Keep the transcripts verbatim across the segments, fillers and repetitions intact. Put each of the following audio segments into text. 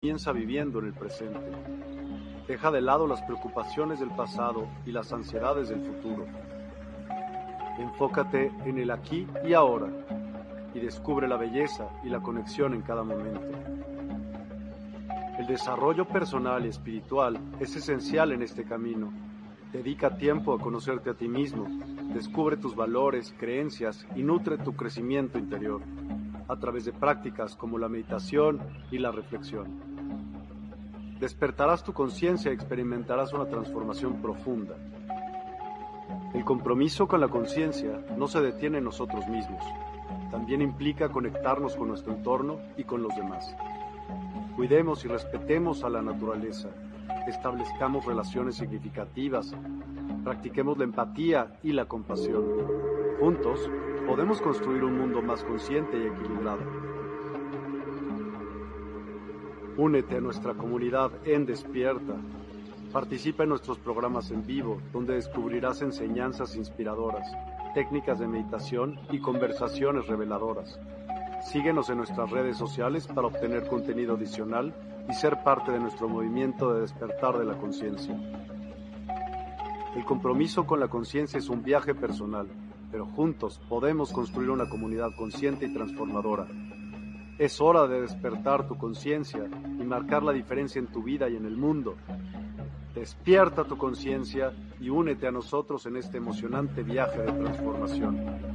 Comienza viviendo en el presente. Deja de lado las preocupaciones del pasado y las ansiedades del futuro. Enfócate en el aquí y ahora y descubre la belleza y la conexión en cada momento. El desarrollo personal y espiritual es esencial en este camino. Dedica tiempo a conocerte a ti mismo, descubre tus valores, creencias y nutre tu crecimiento interior a través de prácticas como la meditación y la reflexión. Despertarás tu conciencia y experimentarás una transformación profunda. El compromiso con la conciencia no se detiene en nosotros mismos, también implica conectarnos con nuestro entorno y con los demás. Cuidemos y respetemos a la naturaleza, establezcamos relaciones significativas, practiquemos la empatía y la compasión. Juntos podemos construir un mundo más consciente y equilibrado. Únete a nuestra comunidad en Despierta. Participa en nuestros programas en vivo, donde descubrirás enseñanzas inspiradoras, técnicas de meditación y conversaciones reveladoras. Síguenos en nuestras redes sociales para obtener contenido adicional y ser parte de nuestro movimiento de despertar de la conciencia. El compromiso con la conciencia es un viaje personal, pero juntos podemos construir una comunidad consciente y transformadora. Es hora de despertar tu conciencia y marcar la diferencia en tu vida y en el mundo. Despierta tu conciencia y únete a nosotros en este emocionante viaje de transformación.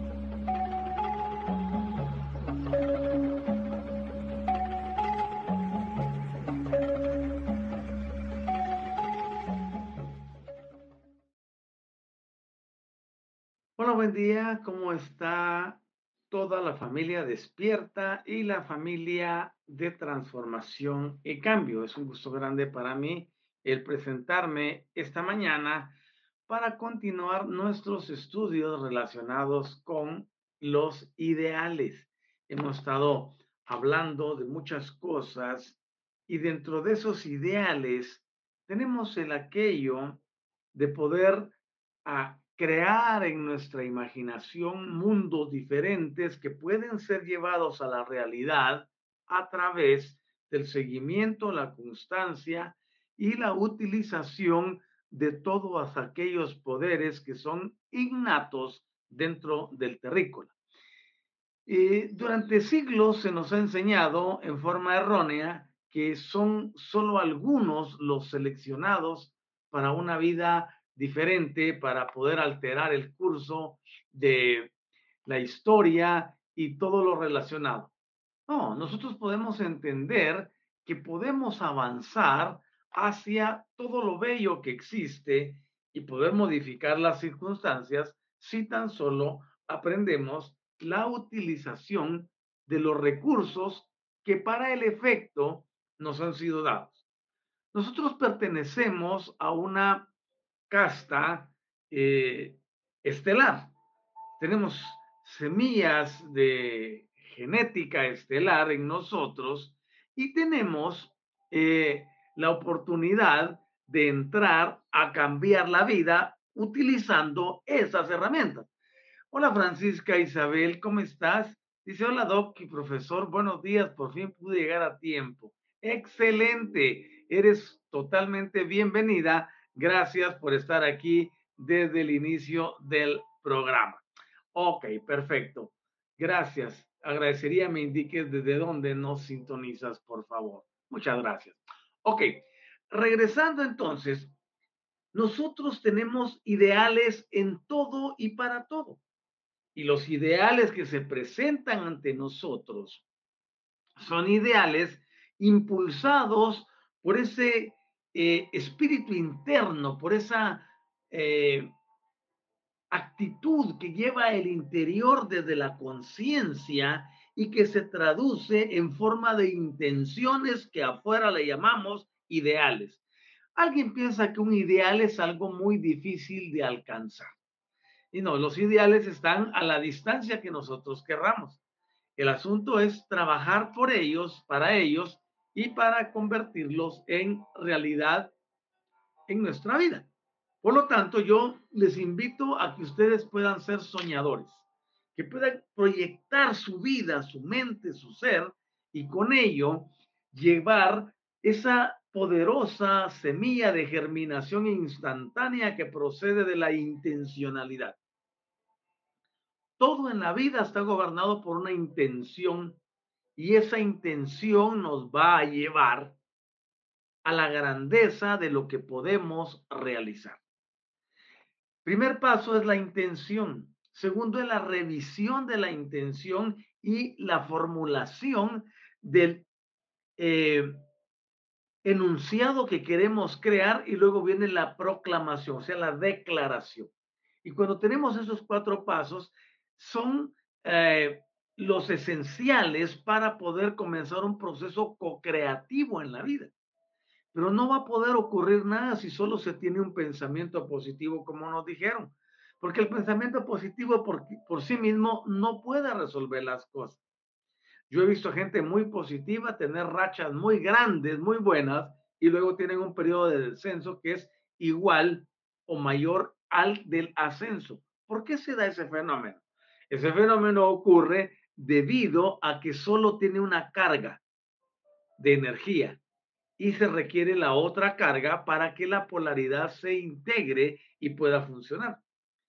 Hola, buen día. ¿Cómo está toda la familia Despierta y la familia de transformación y cambio? Es un gusto grande para mí el presentarme esta mañana para continuar nuestros estudios relacionados con los ideales. Hemos estado hablando de muchas cosas y dentro de esos ideales tenemos el aquello de poder a crear en nuestra imaginación mundos diferentes que pueden ser llevados a la realidad a través del seguimiento, la constancia y la utilización de todos aquellos poderes que son innatos dentro del terrícola. Eh, durante siglos se nos ha enseñado en forma errónea que son solo algunos los seleccionados para una vida diferente, para poder alterar el curso de la historia y todo lo relacionado. No, nosotros podemos entender que podemos avanzar hacia todo lo bello que existe y poder modificar las circunstancias si tan solo aprendemos la utilización de los recursos que para el efecto nos han sido dados. Nosotros pertenecemos a una casta eh, estelar. Tenemos semillas de genética estelar en nosotros y tenemos eh, la oportunidad de entrar a cambiar la vida utilizando esas herramientas. Hola Francisca Isabel, ¿cómo estás? Dice, hola Doc y profesor, buenos días, por fin pude llegar a tiempo. Excelente, eres totalmente bienvenida. Gracias por estar aquí desde el inicio del programa. Ok, perfecto. Gracias. Agradecería me indiques desde dónde nos sintonizas, por favor. Muchas gracias. Ok, regresando entonces, nosotros tenemos ideales en todo y para todo. Y los ideales que se presentan ante nosotros son ideales impulsados por ese eh, espíritu interno, por esa eh, actitud que lleva el interior desde la conciencia y que se traduce en forma de intenciones que afuera le llamamos ideales. Alguien piensa que un ideal es algo muy difícil de alcanzar. Y no, los ideales están a la distancia que nosotros querramos. El asunto es trabajar por ellos, para ellos y para convertirlos en realidad en nuestra vida. Por lo tanto, yo les invito a que ustedes puedan ser soñadores, que puedan proyectar su vida, su mente, su ser y con ello llevar esa poderosa semilla de germinación instantánea que procede de la intencionalidad. Todo en la vida está gobernado por una intención y esa intención nos va a llevar a la grandeza de lo que podemos realizar. Primer paso es la intención. Segundo es la revisión de la intención y la formulación del eh, enunciado que queremos crear y luego viene la proclamación, o sea, la declaración. Y cuando tenemos esos cuatro pasos, son eh, los esenciales para poder comenzar un proceso co-creativo en la vida. Pero no va a poder ocurrir nada si solo se tiene un pensamiento positivo, como nos dijeron. Porque el pensamiento positivo por, por sí mismo no puede resolver las cosas. Yo he visto gente muy positiva tener rachas muy grandes, muy buenas, y luego tienen un periodo de descenso que es igual o mayor al del ascenso. ¿Por qué se da ese fenómeno? Ese fenómeno ocurre debido a que solo tiene una carga de energía y se requiere la otra carga para que la polaridad se integre y pueda funcionar.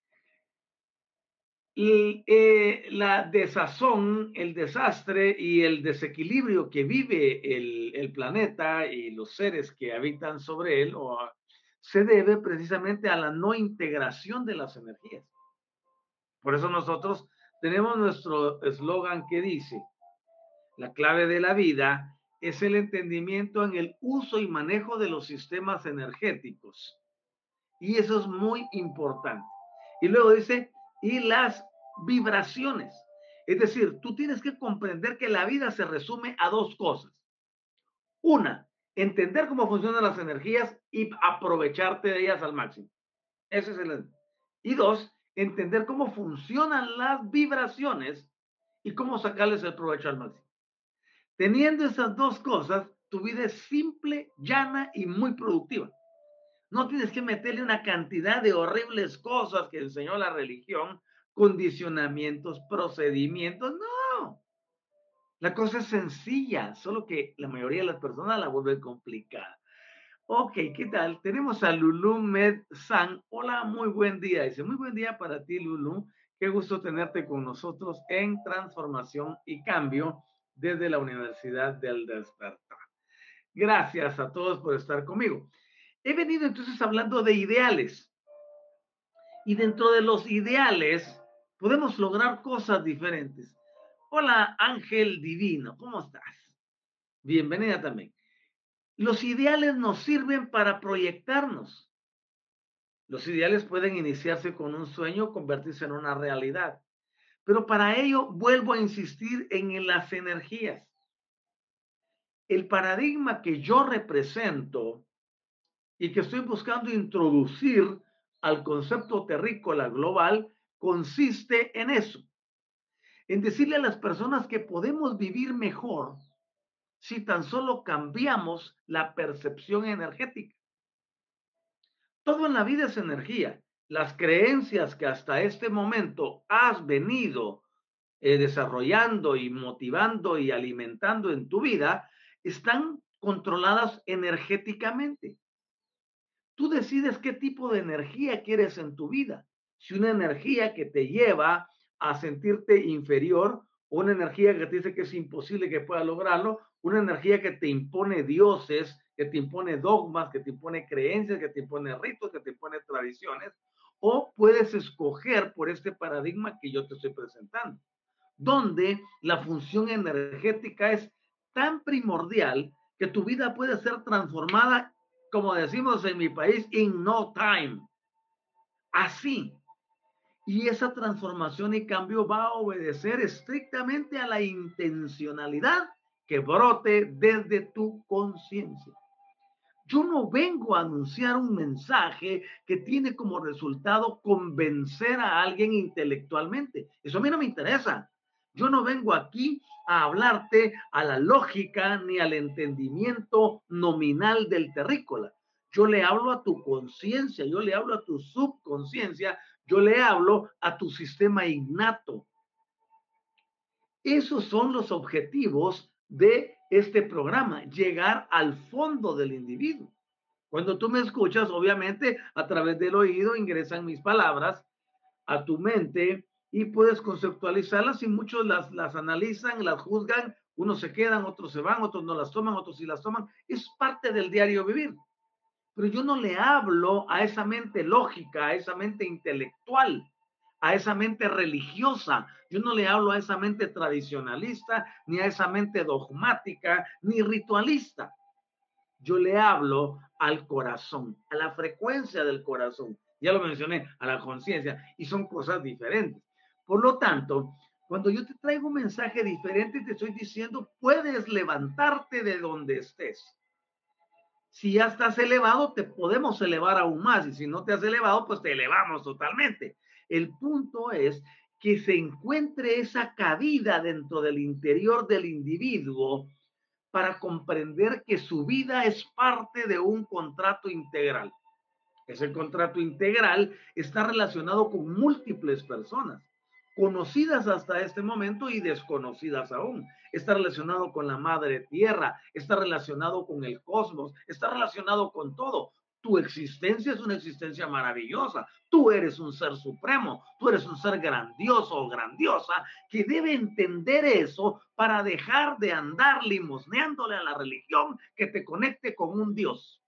Y, eh, la desazón, el desastre y el desequilibrio que vive el, el, planeta y los seres que habitan sobre él o, se debe precisamente a la no integración de las energías. Por eso nosotros tenemos nuestro eslogan que dice, la clave de la vida es el entendimiento en el uso y manejo de los sistemas energéticos. Y eso es muy importante. Y luego dice, y las vibraciones. Es decir, tú tienes que comprender que la vida se resume a dos cosas. Una, entender cómo funcionan las energías y aprovecharte de ellas al máximo. Ese es el. Y dos, entender cómo funcionan las vibraciones y cómo sacarles el provecho al máximo. Teniendo esas dos cosas, tu vida es simple, llana y muy productiva. No tienes que meterle una cantidad de horribles cosas que enseñó la religión, condicionamientos, procedimientos. No. La cosa es sencilla, solo que la mayoría de las personas la vuelven complicada. Ok, ¿qué tal? Tenemos a Lulu Med San. Hola, muy buen día. Dice, muy buen día para ti, Lulu. Qué gusto tenerte con nosotros en Transformación y Cambio desde la Universidad del Despertar. Gracias a todos por estar conmigo. He venido entonces hablando de ideales. Y dentro de los ideales podemos lograr cosas diferentes. Hola, Ángel Divino, ¿cómo estás? Bienvenida también. Los ideales nos sirven para proyectarnos. Los ideales pueden iniciarse con un sueño, convertirse en una realidad. Pero para ello vuelvo a insistir en las energías. El paradigma que yo represento y que estoy buscando introducir al concepto terrícola global consiste en eso, en decirle a las personas que podemos vivir mejor si tan solo cambiamos la percepción energética. Todo en la vida es energía. Las creencias que hasta este momento has venido eh, desarrollando y motivando y alimentando en tu vida están controladas energéticamente. Tú decides qué tipo de energía quieres en tu vida. Si una energía que te lleva a sentirte inferior, o una energía que te dice que es imposible que puedas lograrlo, una energía que te impone dioses, que te impone dogmas, que te impone creencias, que te impone ritos, que te impone tradiciones, o puedes escoger por este paradigma que yo te estoy presentando, donde la función energética es tan primordial que tu vida puede ser transformada, como decimos en mi país, in no time. Así. Y esa transformación y cambio va a obedecer estrictamente a la intencionalidad que brote desde tu conciencia. Yo no vengo a anunciar un mensaje que tiene como resultado convencer a alguien intelectualmente. Eso a mí no me interesa. Yo no vengo aquí a hablarte a la lógica ni al entendimiento nominal del terrícola. Yo le hablo a tu conciencia, yo le hablo a tu subconsciencia, yo le hablo a tu sistema innato. Esos son los objetivos de este programa, llegar al fondo del individuo. Cuando tú me escuchas, obviamente, a través del oído ingresan mis palabras a tu mente y puedes conceptualizarlas y muchos las, las analizan, las juzgan, unos se quedan, otros se van, otros no las toman, otros sí las toman. Es parte del diario vivir. Pero yo no le hablo a esa mente lógica, a esa mente intelectual, a esa mente religiosa. Yo no le hablo a esa mente tradicionalista, ni a esa mente dogmática, ni ritualista. Yo le hablo al corazón, a la frecuencia del corazón. Ya lo mencioné, a la conciencia, y son cosas diferentes. Por lo tanto, cuando yo te traigo un mensaje diferente, te estoy diciendo, puedes levantarte de donde estés. Si ya estás elevado, te podemos elevar aún más. Y si no te has elevado, pues te elevamos totalmente. El punto es que se encuentre esa cabida dentro del interior del individuo para comprender que su vida es parte de un contrato integral. Ese contrato integral está relacionado con múltiples personas, conocidas hasta este momento y desconocidas aún. Está relacionado con la madre tierra, está relacionado con el cosmos, está relacionado con todo. Tu existencia es una existencia maravillosa. Tú eres un ser supremo, tú eres un ser grandioso o grandiosa que debe entender eso para dejar de andar limosneándole a la religión que te conecte con un Dios.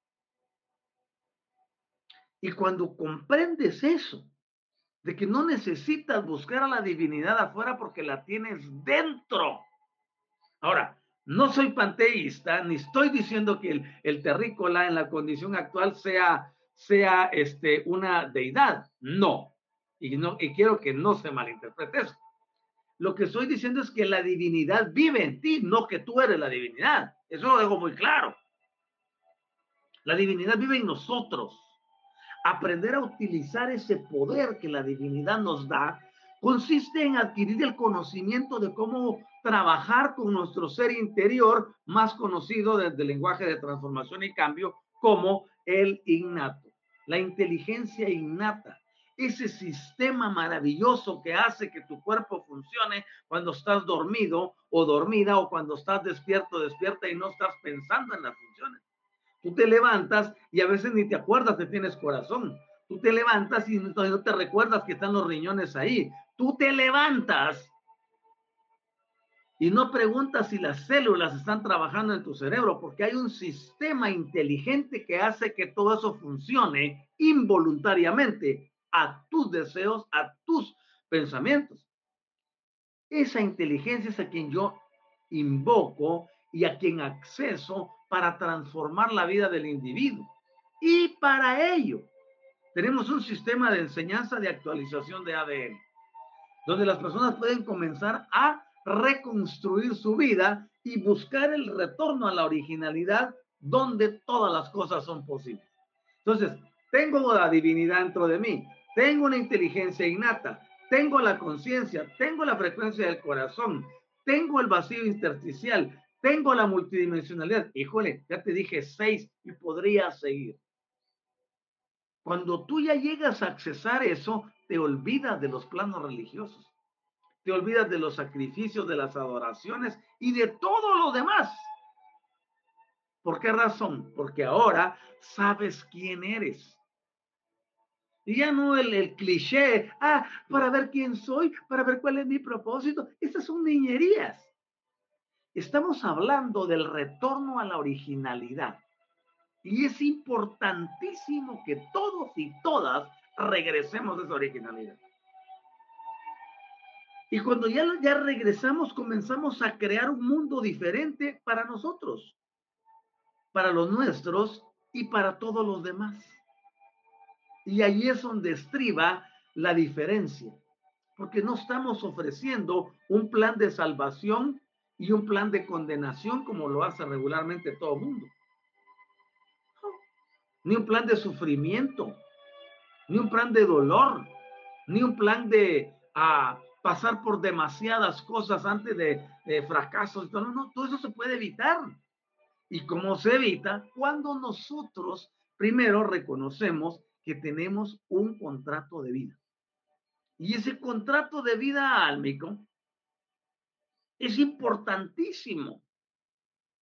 Y cuando comprendes eso, de que no necesitas buscar a la divinidad afuera porque la tienes dentro. Ahora, no soy panteísta, ni estoy diciendo que el, el terrícola en la condición actual sea, sea este, una deidad. No. Y, no. y quiero que no se malinterprete eso. Lo que estoy diciendo es que la divinidad vive en ti, no que tú eres la divinidad. Eso lo dejo muy claro. La divinidad vive en nosotros. Aprender a utilizar ese poder que la divinidad nos da consiste en adquirir el conocimiento de cómo trabajar con nuestro ser interior, más conocido desde el lenguaje de transformación y cambio como el innato, la inteligencia innata, ese sistema maravilloso que hace que tu cuerpo funcione cuando estás dormido o dormida o cuando estás despierto, despierta y no estás pensando en las funciones. Tú te levantas y a veces ni te acuerdas que tienes corazón. Tú te levantas y no te recuerdas que están los riñones ahí. Tú te levantas y no preguntas si las células están trabajando en tu cerebro, porque hay un sistema inteligente que hace que todo eso funcione involuntariamente a tus deseos, a tus pensamientos. Esa inteligencia es a quien yo invoco y a quien acceso para transformar la vida del individuo. Y para ello tenemos un sistema de enseñanza de actualización de A D N, donde las personas pueden comenzar a reconstruir su vida y buscar el retorno a la originalidad donde todas las cosas son posibles. Entonces, tengo la divinidad dentro de mí, tengo una inteligencia innata, tengo la conciencia, tengo la frecuencia del corazón, tengo el vacío intersticial, tengo la multidimensionalidad. Híjole, ya te dije seis y podría seguir. Cuando tú ya llegas a accesar eso, te olvidas de los planos religiosos, te olvidas de los sacrificios, de las adoraciones y de todo lo demás. ¿Por qué razón? Porque ahora sabes quién eres. Y ya no el, el cliché, ah, para ver quién soy, para ver cuál es mi propósito. Estas son niñerías. Estamos hablando del retorno a la originalidad. Y es importantísimo que todos y todas regresemos a esa originalidad. Y cuando ya, ya regresamos, comenzamos a crear un mundo diferente para nosotros, para los nuestros y para todos los demás. Y ahí es donde estriba la diferencia, porque no estamos ofreciendo un plan de salvación y un plan de condenación como lo hace regularmente todo el mundo. Ni un plan de sufrimiento, ni un plan de dolor, ni un plan de uh, pasar por demasiadas cosas antes de, de fracasos. No, no, todo eso se puede evitar. ¿Y cómo se evita? Cuando nosotros primero reconocemos que tenemos un contrato de vida. Y ese contrato de vida álmico es importantísimo.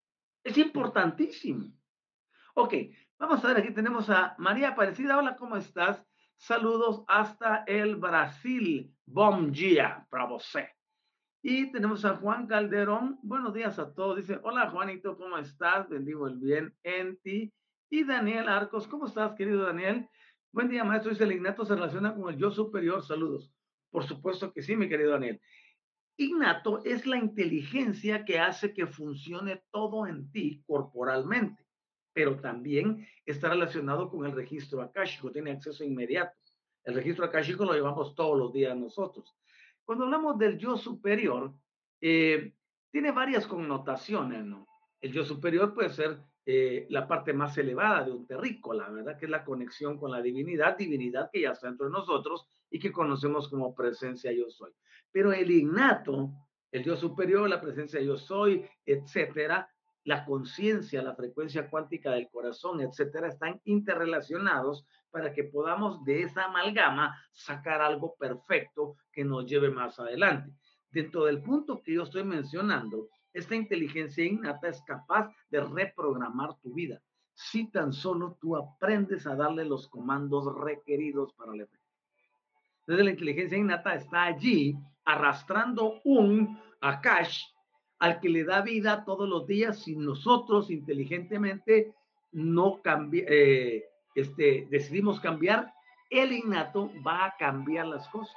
Es importantísimo. Ok, vamos a ver, aquí tenemos a María Aparecida. Hola, ¿cómo estás? Saludos hasta el Brasil. Bom dia para você. Y tenemos a Juan Calderón. Buenos días a todos. Dice, hola Juanito, ¿cómo estás? Bendigo el bien en ti. Y Daniel Arcos, ¿cómo estás, querido Daniel? Buen día, maestro. Dice, el innato se relaciona con el yo superior. Saludos. Por supuesto que sí, mi querido Daniel. Innato es la inteligencia que hace que funcione todo en ti corporalmente, pero también está relacionado con el registro akáshico, tiene acceso inmediato. El registro akáshico lo llevamos todos los días nosotros. Cuando hablamos del yo superior, eh, tiene varias connotaciones, ¿no? El yo superior puede ser eh, la parte más elevada de un terrícola, ¿verdad? Que es la conexión con la divinidad, divinidad que ya está dentro de nosotros y que conocemos como presencia yo soy. Pero el innato, el yo superior, la presencia yo soy, etcétera, la conciencia, la frecuencia cuántica del corazón, etcétera, están interrelacionados para que podamos de esa amalgama sacar algo perfecto que nos lleve más adelante. Dentro del punto que yo estoy mencionando, esta inteligencia innata es capaz de reprogramar tu vida, si tan solo tú aprendes a darle los comandos requeridos para el efecto. Entonces la inteligencia innata está allí arrastrando un Akash al que le da vida todos los días si nosotros inteligentemente no cambi eh, este, decidimos cambiar, el innato va a cambiar las cosas.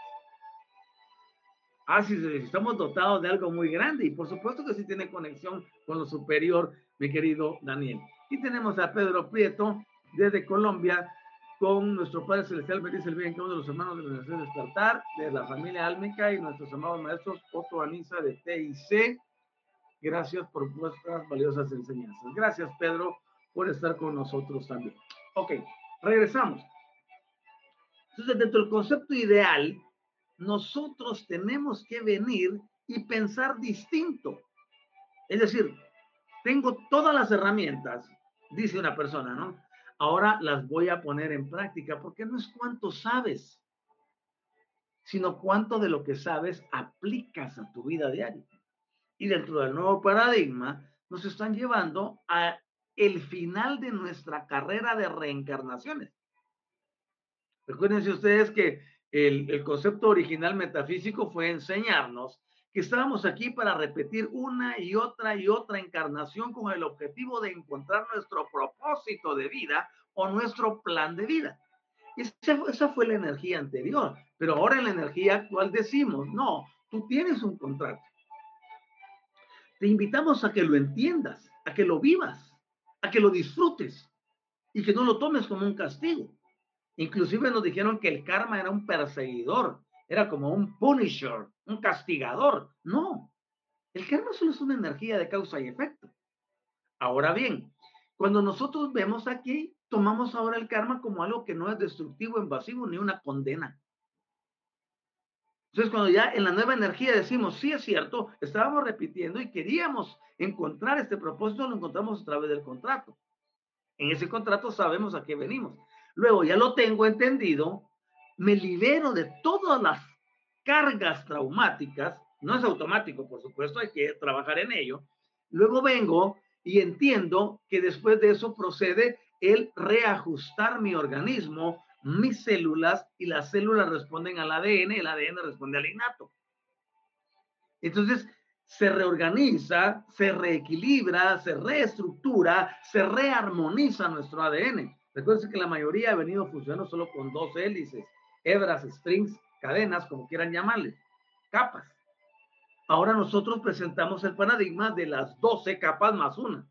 Ah, sí, estamos dotados de algo muy grande y por supuesto que sí tiene conexión con lo superior, mi querido Daniel. Y tenemos a Pedro Prieto desde Colombia con nuestro Padre Celestial, bendice el bien, que uno de los hermanos de la Nación Despertar, de la familia Álmica y nuestros amados maestros Otto Anisa de T I C. Gracias por vuestras valiosas enseñanzas. Gracias, Pedro, por estar con nosotros también. Ok, regresamos. Entonces, dentro del concepto ideal, nosotros tenemos que venir y pensar distinto. Es decir, tengo todas las herramientas, dice una persona, ¿no? Ahora las voy a poner en práctica, porque no es cuánto sabes, sino cuánto de lo que sabes aplicas a tu vida diaria. Y dentro del nuevo paradigma, nos están llevando a el final de nuestra carrera de reencarnaciones. Recuérdense ustedes que el, el concepto original metafísico fue enseñarnos que estábamos aquí para repetir una y otra y otra encarnación con el objetivo de encontrar nuestro propósito de vida o nuestro plan de vida. Esa, esa fue la energía anterior, pero ahora en la energía actual decimos, no, tú tienes un contrato. Te invitamos a que lo entiendas, a que lo vivas, a que lo disfrutes y que no lo tomes como un castigo. Inclusive nos dijeron que el karma era un perseguidor, era como un punisher, un castigador. No, el karma solo es una energía de causa y efecto. Ahora bien, cuando nosotros vemos aquí, tomamos ahora el karma como algo que no es destructivo, invasivo, ni una condena. Entonces, cuando ya en la nueva energía decimos, sí es cierto, estábamos repitiendo y queríamos encontrar este propósito, lo encontramos a través del contrato. En ese contrato sabemos a qué venimos. Luego ya lo tengo entendido, me libero de todas las cargas traumáticas, no es automático, por supuesto, hay que trabajar en ello. Luego vengo y entiendo que después de eso procede el reajustar mi organismo, mis células, y las células responden al A D N, el A D N responde al innato. Entonces, se reorganiza, se reequilibra, se reestructura, se rearmoniza nuestro A D N. Recuerden que la mayoría ha venido funcionando solo con dos hélices, hebras, strings, cadenas, como quieran llamarle, capas. Ahora nosotros presentamos el paradigma de las doce capas más una.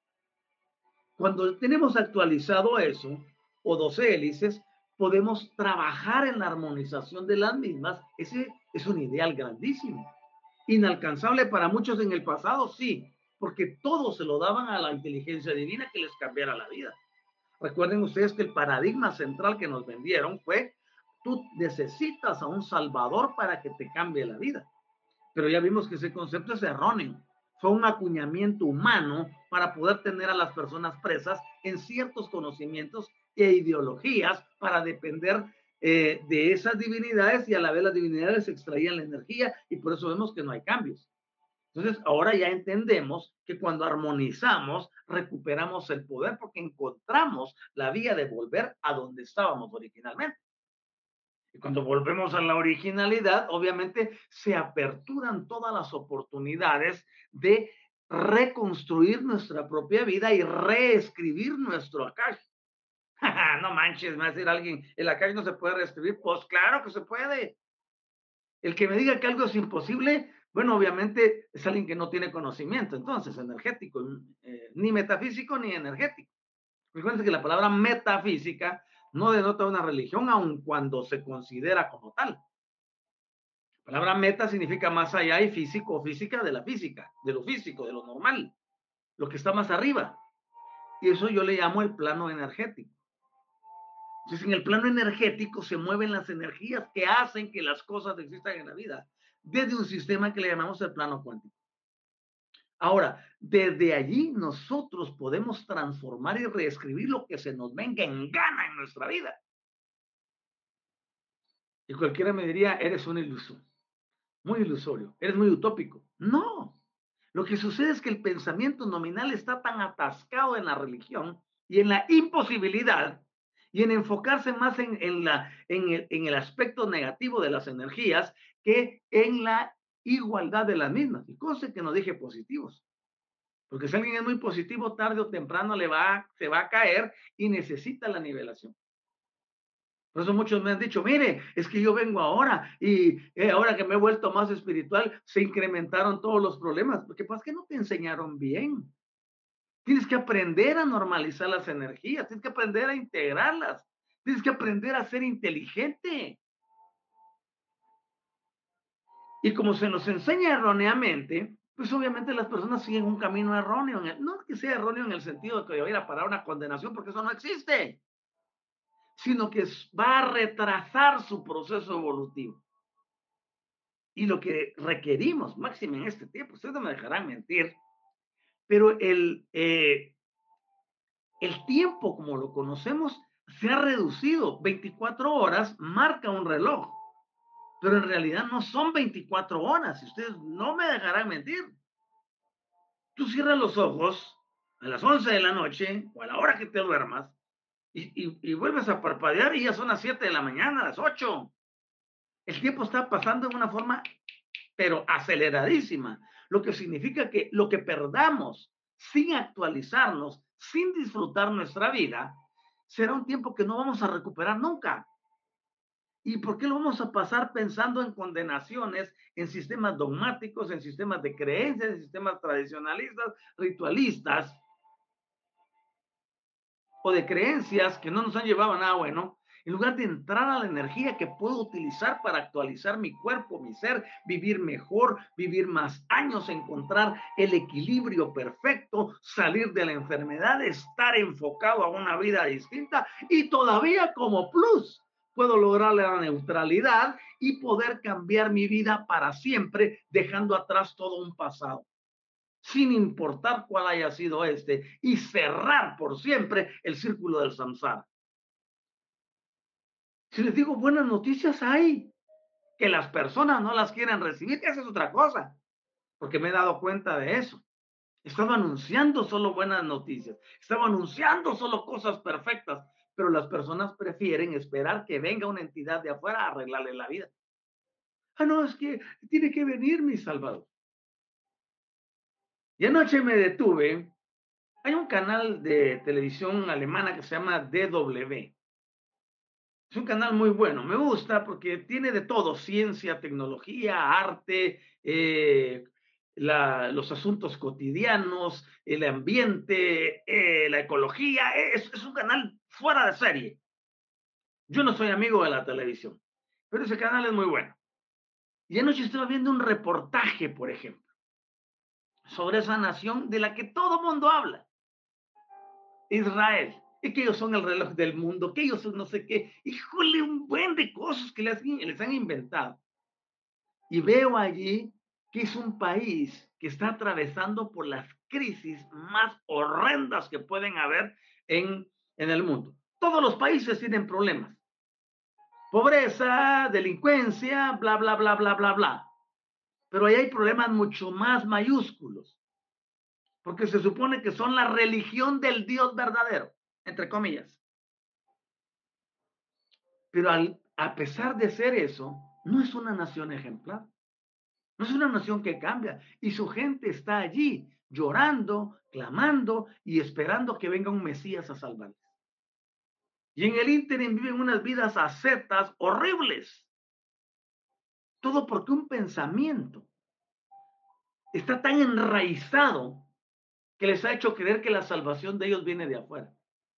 Cuando tenemos actualizado eso, o doce hélices, podemos trabajar en la armonización de las mismas. Ese es un ideal grandísimo. Inalcanzable para muchos en el pasado, sí, porque todo se lo daban a la inteligencia divina que les cambiara la vida. Recuerden ustedes que el paradigma central que nos vendieron fue, tú necesitas a un salvador para que te cambie la vida. Pero ya vimos que ese concepto es erróneo. Fue un acuñamiento humano para poder tener a las personas presas en ciertos conocimientos e ideologías para depender eh, de esas divinidades, y a la vez las divinidades extraían la energía, y por eso vemos que no hay cambios. Entonces, ahora ya entendemos que cuando armonizamos, recuperamos el poder porque encontramos la vía de volver a donde estábamos originalmente. Y cuando volvemos a la originalidad, obviamente se aperturan todas las oportunidades de reconstruir nuestra propia vida y reescribir nuestro Akash. No manches, me va a decir alguien, el Akash no se puede reescribir. Pues claro que se puede. El que me diga que algo es imposible, bueno, obviamente es alguien que no tiene conocimiento, entonces, energético, eh, ni metafísico ni energético. Recuerden que la palabra metafísica no denota una religión, aun cuando se considera como tal. La palabra meta significa más allá y físico o física de la física, de lo físico, de lo normal, lo que está más arriba. Y eso yo le llamo el plano energético. Entonces, en el plano energético se mueven las energías que hacen que las cosas existan en la vida, desde un sistema que le llamamos el plano cuántico. Ahora, desde allí nosotros podemos transformar y reescribir lo que se nos venga en gana en nuestra vida. Y cualquiera me diría, eres un iluso, muy ilusorio, eres muy utópico. No, lo que sucede es que el pensamiento nominal está tan atascado en la religión y en la imposibilidad y en enfocarse más en, en, la, en, el, en el aspecto negativo de las energías que en la igualdad de las mismas. Y cosa que no dije positivos. Porque si alguien es muy positivo, tarde o temprano le va, se va a caer y necesita la nivelación. Por eso muchos me han dicho, mire, es que yo vengo ahora y eh, ahora que me he vuelto más espiritual, se incrementaron todos los problemas. Porque pasa que no te enseñaron bien. Tienes que aprender a normalizar las energías, tienes que aprender a integrarlas, tienes que aprender a ser inteligente. Y como se nos enseña erróneamente, pues obviamente las personas siguen un camino erróneo. No que sea erróneo en el sentido de que va a ir a parar una condenación, porque eso no existe, sino que va a retrasar su proceso evolutivo. Y lo que requerimos, máximo en este tiempo, ustedes no me dejarán mentir, pero el, eh, el tiempo como lo conocemos se ha reducido. veinticuatro horas marca un reloj, pero en realidad no son veinticuatro horas, y ustedes no me dejarán mentir. Tú cierras los ojos a las once de la noche o a la hora que te duermas y, y, y vuelves a parpadear y ya son las siete de la mañana, las ocho. El tiempo está pasando de una forma, pero aceleradísima, lo que significa que lo que perdamos sin actualizarnos, sin disfrutar nuestra vida, será un tiempo que no vamos a recuperar nunca. ¿Y por qué lo vamos a pasar pensando en condenaciones, en sistemas dogmáticos, en sistemas de creencias, en sistemas tradicionalistas, ritualistas, o de creencias que no nos han llevado a nada bueno, en lugar de entrar a la energía que puedo utilizar para actualizar mi cuerpo, mi ser, vivir mejor, vivir más años, encontrar el equilibrio perfecto, salir de la enfermedad, estar enfocado a una vida distinta y todavía como plus puedo lograr la neutralidad y poder cambiar mi vida para siempre, dejando atrás todo un pasado, sin importar cuál haya sido este, y cerrar por siempre el círculo del samsara. Si les digo buenas noticias hay, que las personas no las quieren recibir, esa es otra cosa, porque me he dado cuenta de eso. Estaba anunciando solo buenas noticias, estaba anunciando solo cosas perfectas, pero las personas prefieren esperar que venga una entidad de afuera a arreglarle la vida. Ah, no, es que tiene que venir mi Salvador. Y anoche me detuve. Hay un canal de televisión alemana que se llama D W. Es un canal muy bueno, me gusta porque tiene de todo, ciencia, tecnología, arte, eh, la, los asuntos cotidianos, el ambiente, eh, la ecología, es, es un canal fuera de serie. Yo no soy amigo de la televisión, pero ese canal es muy bueno. Y anoche estaba viendo un reportaje, por ejemplo, sobre esa nación de la que todo mundo habla, Israel. Y que ellos son el reloj del mundo, que ellos son no sé qué. Híjole, un buen de cosas que les, les han inventado. Y veo allí que es un país que está atravesando por las crisis más horrendas que pueden haber en, en el mundo. Todos los países tienen problemas. Pobreza, delincuencia, bla, bla, bla, bla, bla, bla. Pero ahí hay problemas mucho más mayúsculos, porque se supone que son la religión del Dios verdadero, entre comillas. Pero al, a pesar de ser eso, no es una nación ejemplar. No es una nación que cambia. Y su gente está allí llorando, clamando y esperando que venga un Mesías a salvarles. Y en el ínterin viven unas vidas ascetas horribles. Todo porque un pensamiento está tan enraizado que les ha hecho creer que la salvación de ellos viene de afuera.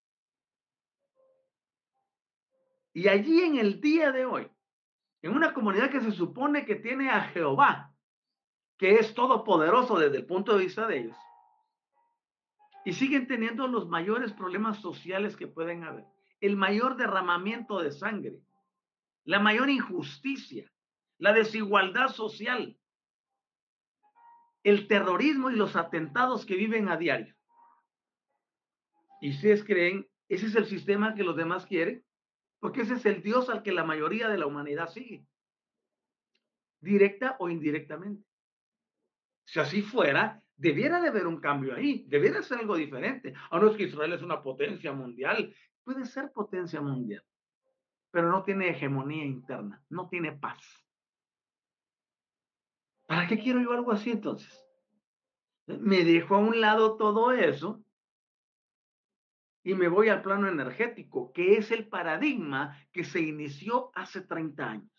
Y allí en el día de hoy, en una comunidad que se supone que tiene a Jehová, que es todopoderoso desde el punto de vista de ellos, y siguen teniendo los mayores problemas sociales que pueden haber, el mayor derramamiento de sangre, la mayor injusticia, la desigualdad social, el terrorismo y los atentados que viven a diario. Y ustedes creen, ese es el sistema que los demás quieren, porque ese es el Dios al que la mayoría de la humanidad sigue, directa o indirectamente. Si así fuera, debiera de haber un cambio ahí, debiera ser algo diferente. Ah, no, es que Israel es una potencia mundial. Puede ser potencia mundial, pero no tiene hegemonía interna, no tiene paz. ¿Para qué quiero yo algo así entonces? Me dejo a un lado todo eso y me voy al plano energético, que es el paradigma que se inició hace treinta años.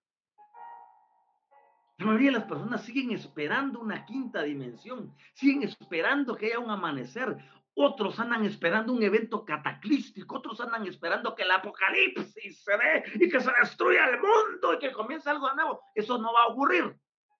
La mayoría de las personas siguen esperando una quinta dimensión, siguen esperando que haya un amanecer, otros andan esperando un evento cataclístico, otros andan esperando que el apocalipsis se dé y que se destruya el mundo y que comience algo nuevo. Eso no va a ocurrir.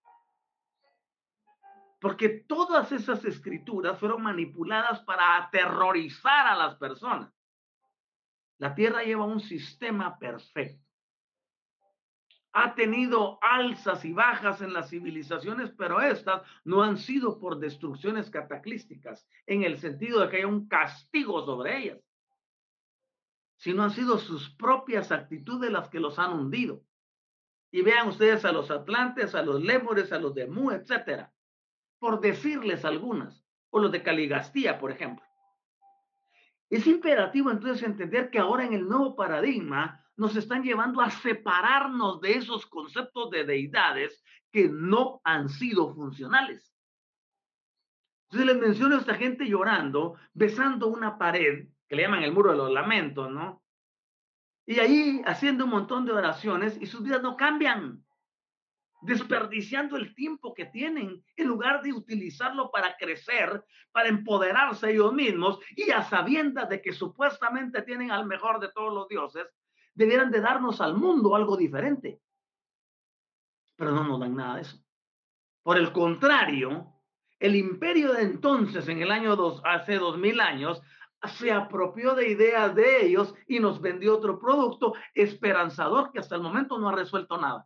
Porque todas esas escrituras fueron manipuladas para aterrorizar a las personas. La Tierra lleva un sistema perfecto. Ha tenido alzas y bajas en las civilizaciones, pero estas no han sido por destrucciones cataclísticas, en el sentido de que haya un castigo sobre ellas, sino han sido sus propias actitudes las que los han hundido. Y vean ustedes a los atlantes, a los lémures, a los de Mu, etcétera, por decirles algunas, o los de Caligastía, por ejemplo. Es imperativo entonces entender que ahora en el nuevo paradigma nos están llevando a separarnos de esos conceptos de deidades que no han sido funcionales. Entonces les menciono a esta gente llorando, besando una pared, que le llaman el muro de los lamentos, ¿no? Y ahí haciendo un montón de oraciones y sus vidas no cambian, desperdiciando el tiempo que tienen en lugar de utilizarlo para crecer, para empoderarse ellos mismos y a sabiendas de que supuestamente tienen al mejor de todos los dioses, debieran de darnos al mundo algo diferente. Pero no nos dan nada de eso. Por el contrario, el imperio de entonces, en el año dos, hace dos mil años, se apropió de ideas de ellos y nos vendió otro producto esperanzador que hasta el momento no ha resuelto nada.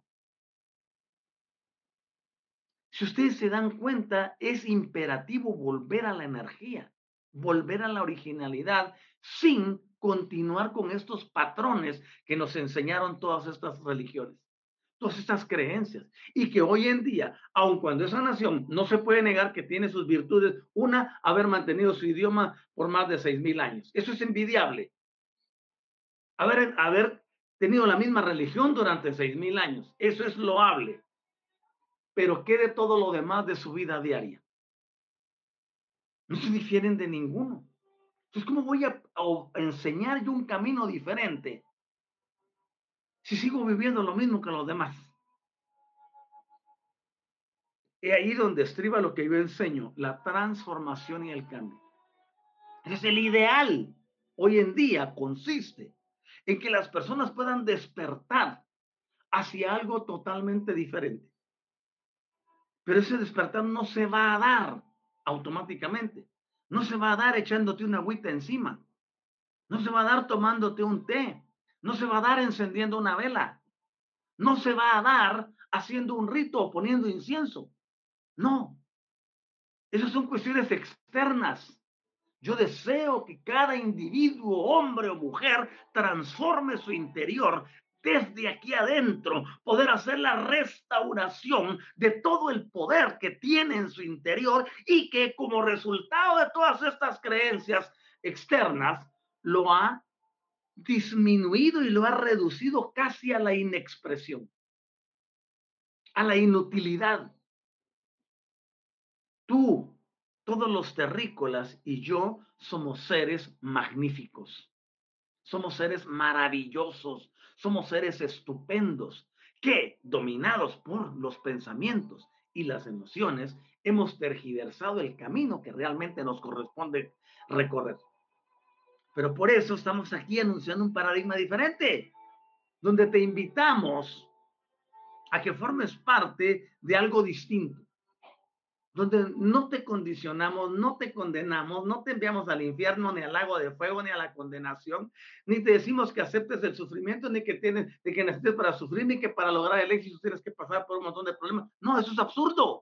Si ustedes se dan cuenta, es imperativo volver a la energía, volver a la originalidad, sin continuar con estos patrones que nos enseñaron todas estas religiones, todas estas creencias, y que hoy en día, aun cuando esa nación no se puede negar que tiene sus virtudes, una, haber mantenido su idioma por más de seis mil años. Eso es envidiable. Haber, haber tenido la misma religión durante seis mil años, eso es loable. Pero ¿qué de todo lo demás de su vida diaria? No se difieren de ninguno. Entonces, ¿cómo voy a, a enseñar yo un camino diferente si sigo viviendo lo mismo que los demás? Es ahí donde estriba lo que yo enseño, la transformación y el cambio. Entonces, el ideal hoy en día consiste en que las personas puedan despertar hacia algo totalmente diferente. Pero ese despertar no se va a dar automáticamente. No se va a dar echándote una agüita encima. No se va a dar tomándote un té. No se va a dar encendiendo una vela. No se va a dar haciendo un rito o poniendo incienso. No. Esas son cuestiones externas. Yo deseo que cada individuo, hombre o mujer, transforme su interior desde aquí adentro, poder hacer la restauración de todo el poder que tiene en su interior y que como resultado de todas estas creencias externas lo ha disminuido y lo ha reducido casi a la inexpresión, a la inutilidad. Tú, todos los terrícolas y yo somos seres magníficos. Somos seres maravillosos, somos seres estupendos, que, dominados por los pensamientos y las emociones, hemos tergiversado el camino que realmente nos corresponde recorrer. Pero por eso estamos aquí anunciando un paradigma diferente, donde te invitamos a que formes parte de algo distinto, donde no te condicionamos, no te condenamos, no te enviamos al infierno, ni al lago de fuego, ni a la condenación, ni te decimos que aceptes el sufrimiento, ni que tienes, de que necesites para sufrir, ni que para lograr el éxito tienes que pasar por un montón de problemas. No, eso es absurdo.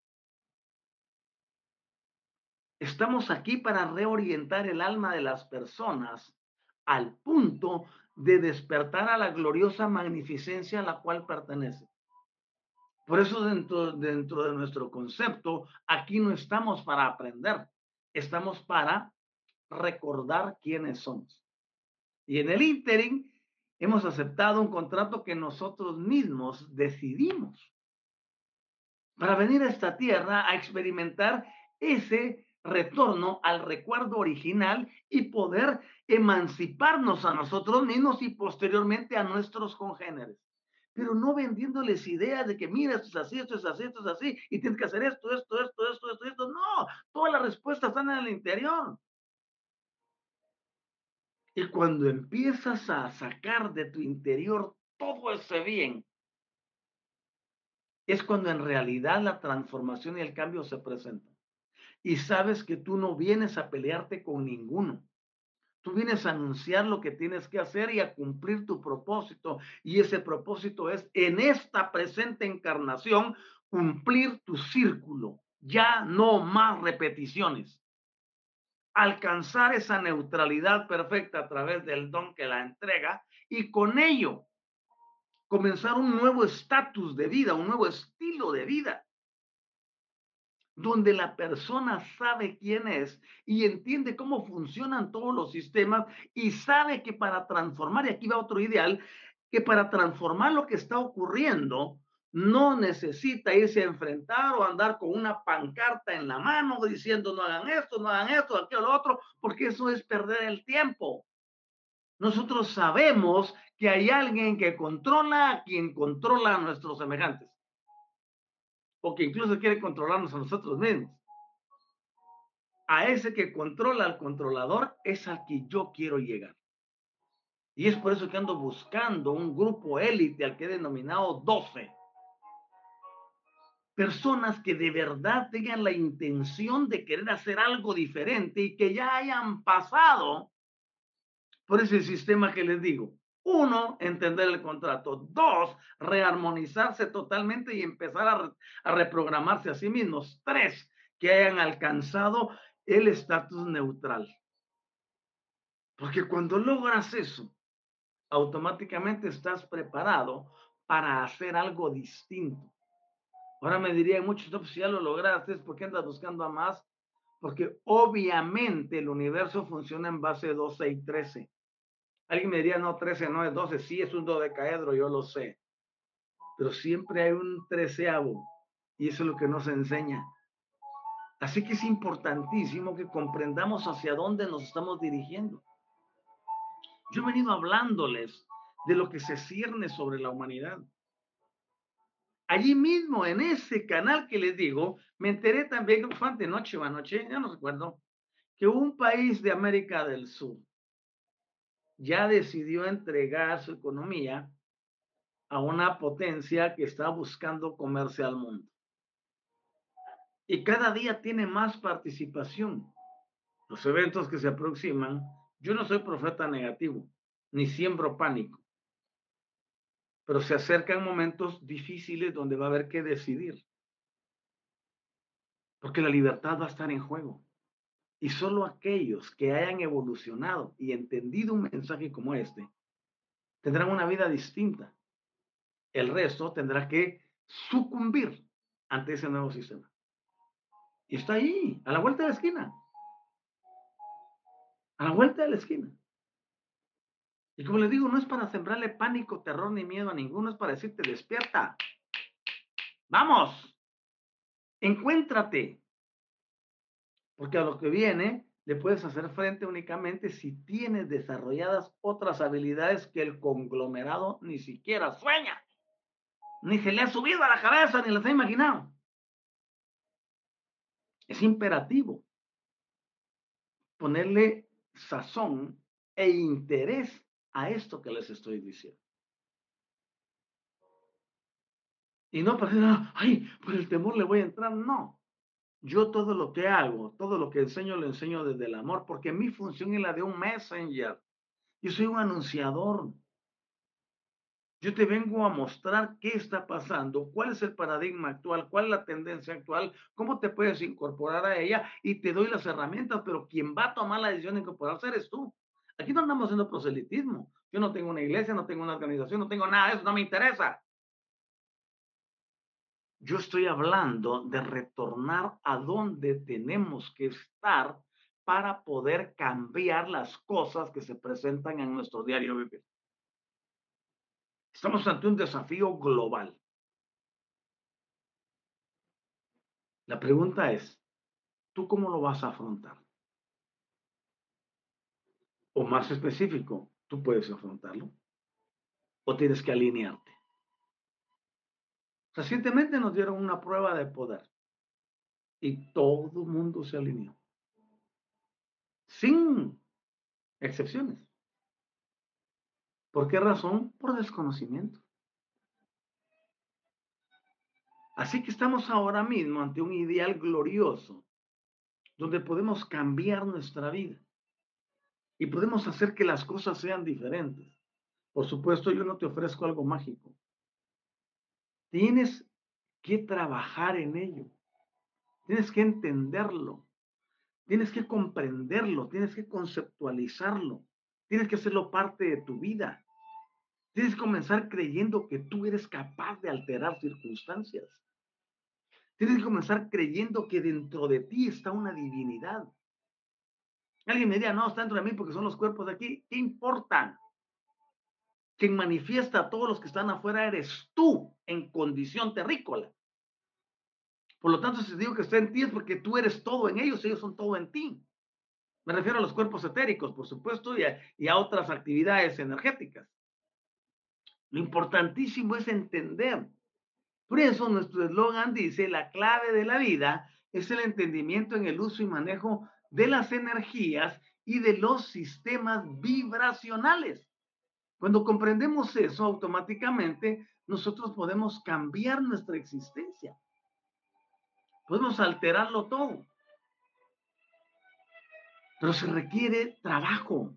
Estamos aquí para reorientar el alma de las personas al punto de despertar a la gloriosa magnificencia a la cual pertenece. Por eso dentro, dentro de nuestro concepto, aquí no estamos para aprender, estamos para recordar quiénes somos. Y en el ínterin hemos aceptado un contrato que nosotros mismos decidimos para venir a esta tierra a experimentar ese retorno al recuerdo original y poder emanciparnos a nosotros mismos y posteriormente a nuestros congéneres. Pero no vendiéndoles ideas de que mira, esto es así, esto es así, esto es así, y tienes que hacer esto, esto, esto, esto, esto, esto. No, todas las respuestas están en el interior. Y cuando empiezas a sacar de tu interior todo ese bien, es cuando en realidad la transformación y el cambio se presentan. Y sabes que tú no vienes a pelearte con ninguno. Tú vienes a anunciar lo que tienes que hacer y a cumplir tu propósito. Y ese propósito es, en esta presente encarnación, cumplir tu círculo. Ya no más repeticiones. Alcanzar esa neutralidad perfecta a través del don que la entrega y con ello comenzar un nuevo estatus de vida, un nuevo estilo de vida, donde la persona sabe quién es y entiende cómo funcionan todos los sistemas y sabe que para transformar, y aquí va otro ideal, que para transformar lo que está ocurriendo, no necesita irse a enfrentar o andar con una pancarta en la mano diciendo no hagan esto, no hagan esto, aquello, lo otro, porque eso es perder el tiempo. Nosotros sabemos que hay alguien que controla a quien controla a nuestros semejantes, o que incluso quiere controlarnos a nosotros mismos. A ese que controla al controlador es al que yo quiero llegar. Y es por eso que ando buscando un grupo élite al que he denominado doce. Personas que de verdad tengan la intención de querer hacer algo diferente y que ya hayan pasado por ese sistema que les digo. Uno, entender el contrato. Dos, rearmonizarse totalmente y empezar a, re, a reprogramarse a sí mismos. Tres, que hayan alcanzado el estatus neutral. Porque cuando logras eso, automáticamente estás preparado para hacer algo distinto. Ahora me dirían muchos, no, pues si ya lo lograste, ¿por qué andas buscando a más? Porque obviamente el universo funciona en base doce y trece. Alguien me diría, no, trece no es doce, sí es un dodecaedro, yo lo sé. Pero siempre hay un treceavo y eso es lo que nos enseña. Así que es importantísimo que comprendamos hacia dónde nos estamos dirigiendo. Yo he venido hablándoles de lo que se cierne sobre la humanidad. Allí mismo, en ese canal que les digo, me enteré también, fue antenoche o anoche, ya no recuerdo, que un país de América del Sur ya decidió entregar su economía a una potencia que está buscando comerse al mundo. Y cada día tiene más participación. Los eventos que se aproximan, yo no soy profeta negativo, ni siembro pánico, pero se acercan momentos difíciles donde va a haber que decidir, porque la libertad va a estar en juego. Y solo aquellos que hayan evolucionado y entendido un mensaje como este tendrán una vida distinta. El resto tendrá que sucumbir ante ese nuevo sistema. Y está ahí, a la vuelta de la esquina, a la vuelta de la esquina. Y como les digo, no es para sembrarle pánico, terror ni miedo a ninguno, es para decirte, despierta, vamos, encuéntrate, porque a lo que viene le puedes hacer frente únicamente si tienes desarrolladas otras habilidades que el conglomerado ni siquiera sueña, ni se le ha subido a la cabeza, ni las ha imaginado. Es imperativo ponerle sazón e interés a esto que les estoy diciendo. Y no para decir, ay, por el temor le voy a entrar. No. Yo todo lo que hago, todo lo que enseño, lo enseño desde el amor, porque mi función es la de un messenger. Yo soy un anunciador. Yo te vengo a mostrar qué está pasando, cuál es el paradigma actual, cuál es la tendencia actual, cómo te puedes incorporar a ella y te doy las herramientas, pero quien va a tomar la decisión de incorporarse eres tú. Aquí no andamos haciendo proselitismo. Yo no tengo una iglesia, no tengo una organización, no tengo nada de eso, no me interesa. Yo estoy hablando de retornar a donde tenemos que estar para poder cambiar las cosas que se presentan en nuestro diario vivir. Estamos ante un desafío global. La pregunta es, ¿tú cómo lo vas a afrontar? O más específico, ¿tú puedes afrontarlo? ¿O tienes que alinearte? Recientemente nos dieron una prueba de poder y todo el mundo se alineó, sin excepciones. ¿Por qué razón? Por desconocimiento. Así que estamos ahora mismo ante un ideal glorioso donde podemos cambiar nuestra vida y podemos hacer que las cosas sean diferentes. Por supuesto, yo no te ofrezco algo mágico. Tienes que trabajar en ello. Tienes que entenderlo. Tienes que comprenderlo. Tienes que conceptualizarlo. Tienes que hacerlo parte de tu vida. Tienes que comenzar creyendo que tú eres capaz de alterar circunstancias. Tienes que comenzar creyendo que dentro de ti está una divinidad. Alguien me diría, no, está dentro de mí porque son los cuerpos de aquí. ¿Qué importa? Quien manifiesta a todos los que están afuera eres tú en condición terrícola. Por lo tanto, si digo que está en ti es porque tú eres todo en ellos, ellos son todo en ti. Me refiero a los cuerpos etéricos, por supuesto, y a, y a otras actividades energéticas. Lo importantísimo es entender. Por eso nuestro eslogan dice, la clave de la vida es el entendimiento en el uso y manejo de las energías y de los sistemas vibracionales. Cuando comprendemos eso, automáticamente nosotros podemos cambiar nuestra existencia. Podemos alterarlo todo. Pero se requiere trabajo.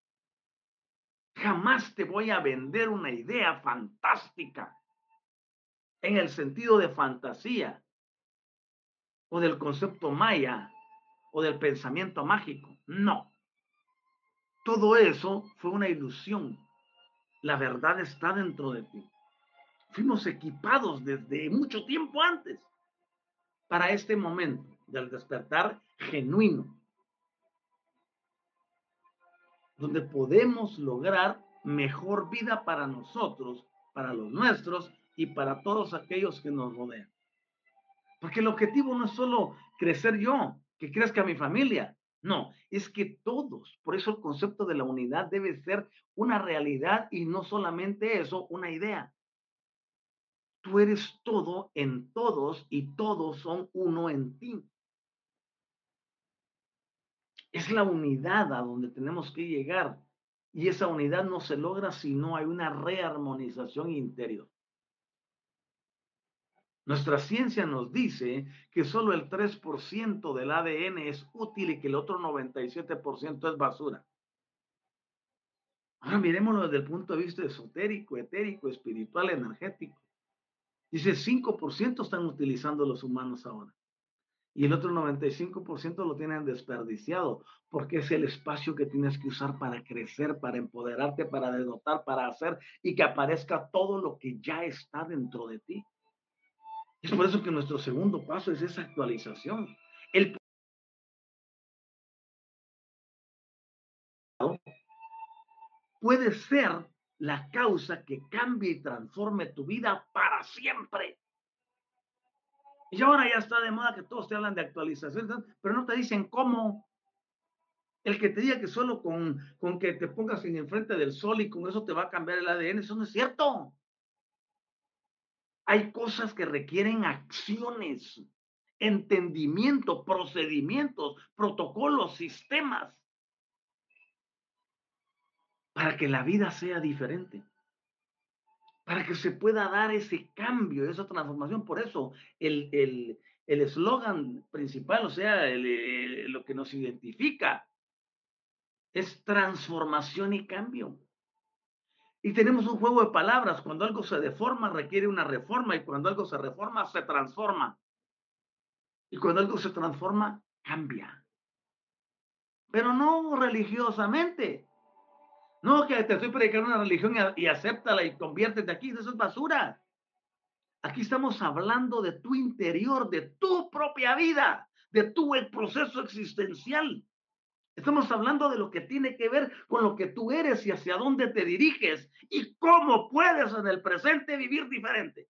Jamás te voy a vender una idea fantástica en el sentido de fantasía o del concepto maya o del pensamiento mágico. No. Todo eso fue una ilusión. La verdad está dentro de ti. Fuimos equipados desde mucho tiempo antes para este momento del despertar genuino, donde podemos lograr mejor vida para nosotros, para los nuestros y para todos aquellos que nos rodean. Porque el objetivo no es solo crecer yo, que crezca mi familia. No, es que todos, por eso el concepto de la unidad debe ser una realidad y no solamente eso, una idea. Tú eres todo en todos y todos son uno en ti. Es la unidad a donde tenemos que llegar y esa unidad no se logra si no hay una rearmonización interior. Nuestra ciencia nos dice que solo el tres por ciento del A D N es útil y que el otro noventa y siete por ciento es basura. Ahora miremoslo desde el punto de vista esotérico, etérico, espiritual, energético. Dice cinco por ciento están utilizando los humanos ahora. y el otro noventa y cinco por ciento lo tienen desperdiciado, porque es el espacio que tienes que usar para crecer, para empoderarte, para denotar, para hacer y que aparezca todo lo que ya está dentro de ti. Es por eso que nuestro segundo paso es esa actualización. El puede ser la causa que cambie y transforme tu vida para siempre. Y ahora ya está de moda que todos te hablan de actualización, pero no te dicen cómo. El que te diga que solo con, con que te pongas en enfrente del sol y con eso te va a cambiar el A D N, eso no es cierto. Hay cosas que requieren acciones, entendimiento, procedimientos, protocolos, sistemas, para que la vida sea diferente, para que se pueda dar ese cambio, esa transformación. Por eso el el el eslogan principal, o sea, el, el, lo que nos identifica es transformación y cambio. Y tenemos un juego de palabras. Cuando algo se deforma, requiere una reforma. Y cuando algo se reforma, se transforma. Y cuando algo se transforma, cambia. Pero no religiosamente. No que te estoy predicando una religión y, y acéptala y conviértete aquí. Eso es basura. Aquí estamos hablando de tu interior, de tu propia vida, de tu el proceso existencial. Estamos hablando de lo que tiene que ver con lo que tú eres y hacia dónde te diriges y cómo puedes en el presente vivir diferente.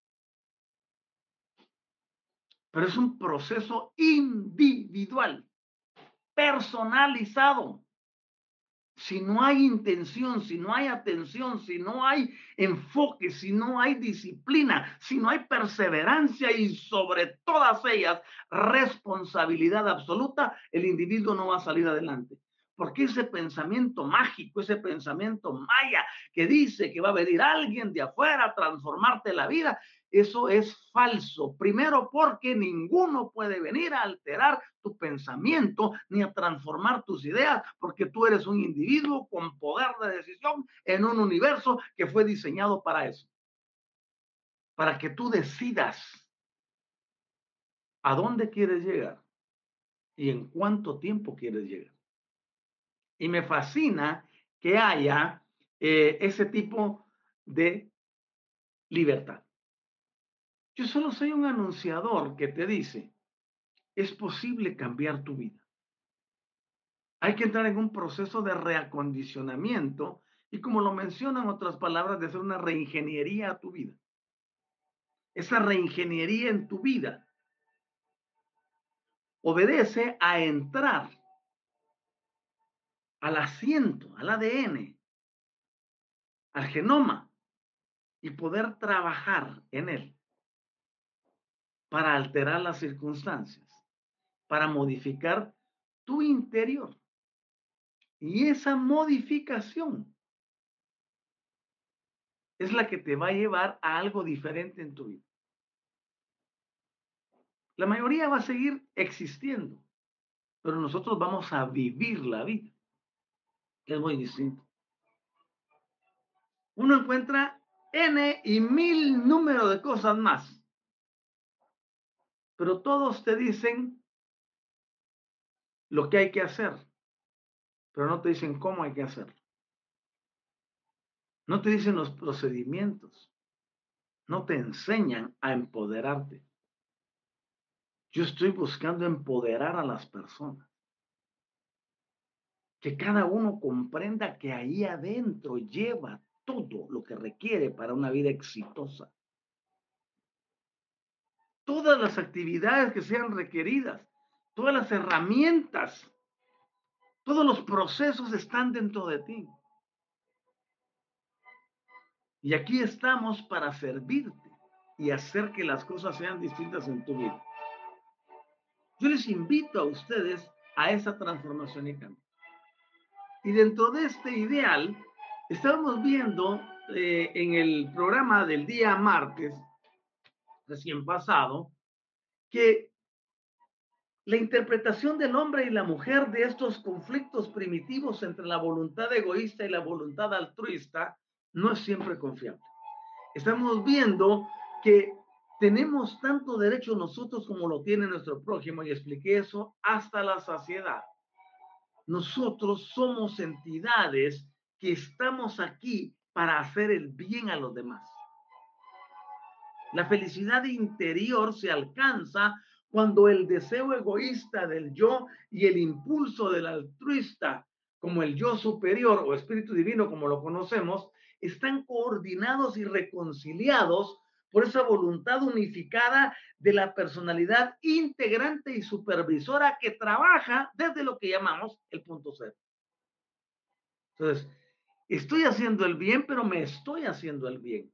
Pero es un proceso individual, personalizado. Si no hay intención, si no hay atención, si no hay enfoque, si no hay disciplina, si no hay perseverancia y sobre todas ellas responsabilidad absoluta, el individuo no va a salir adelante. Porque ese pensamiento mágico, ese pensamiento maya que dice que va a venir alguien de afuera a transformarte la vida, eso es falso. Primero porque ninguno puede venir a alterar tu pensamiento ni a transformar tus ideas, porque tú eres un individuo con poder de decisión en un universo que fue diseñado para eso. Para que tú decidas a dónde quieres llegar y en cuánto tiempo quieres llegar. Y me fascina que haya eh, ese tipo de libertad. Yo solo soy un anunciador que te dice, es posible cambiar tu vida. Hay que entrar en un proceso de reacondicionamiento y, como lo mencionan otras palabras, de hacer una reingeniería a tu vida. Esa reingeniería en tu vida obedece a entrar al asiento, al A D N, al genoma y poder trabajar en él para alterar las circunstancias, para modificar tu interior. Y esa modificación es la que te va a llevar a algo diferente en tu vida. La mayoría va a seguir existiendo, pero nosotros vamos a vivir la vida, que es muy distinto. Uno encuentra N y mil números de cosas más, pero todos te dicen lo que hay que hacer, pero no te dicen cómo hay que hacerlo. No te dicen los procedimientos, no te enseñan a empoderarte. Yo estoy buscando empoderar a las personas. Que cada uno comprenda que ahí adentro lleva todo lo que requiere para una vida exitosa. Todas las actividades que sean requeridas, todas las herramientas, todos los procesos están dentro de ti. Y aquí estamos para servirte y hacer que las cosas sean distintas en tu vida. Yo les invito a ustedes a esa transformación y cambio. Y dentro de este ideal, estamos viendo eh, en el programa del día martes, recién pasado, que la interpretación del hombre y la mujer de estos conflictos primitivos entre la voluntad egoísta y la voluntad altruista no es siempre confiable. Estamos viendo que Tenemos tanto derecho nosotros como lo tiene nuestro prójimo, y expliqué eso hasta la saciedad. Nosotros somos entidades que estamos aquí para hacer el bien a los demás. La felicidad interior se alcanza cuando el deseo egoísta del yo y el impulso del altruista, como el yo superior o espíritu divino, como lo conocemos, están coordinados y reconciliados por esa voluntad unificada de la personalidad integrante y supervisora que trabaja desde lo que llamamos el punto cero. Entonces, estoy haciendo el bien, pero me estoy haciendo el bien.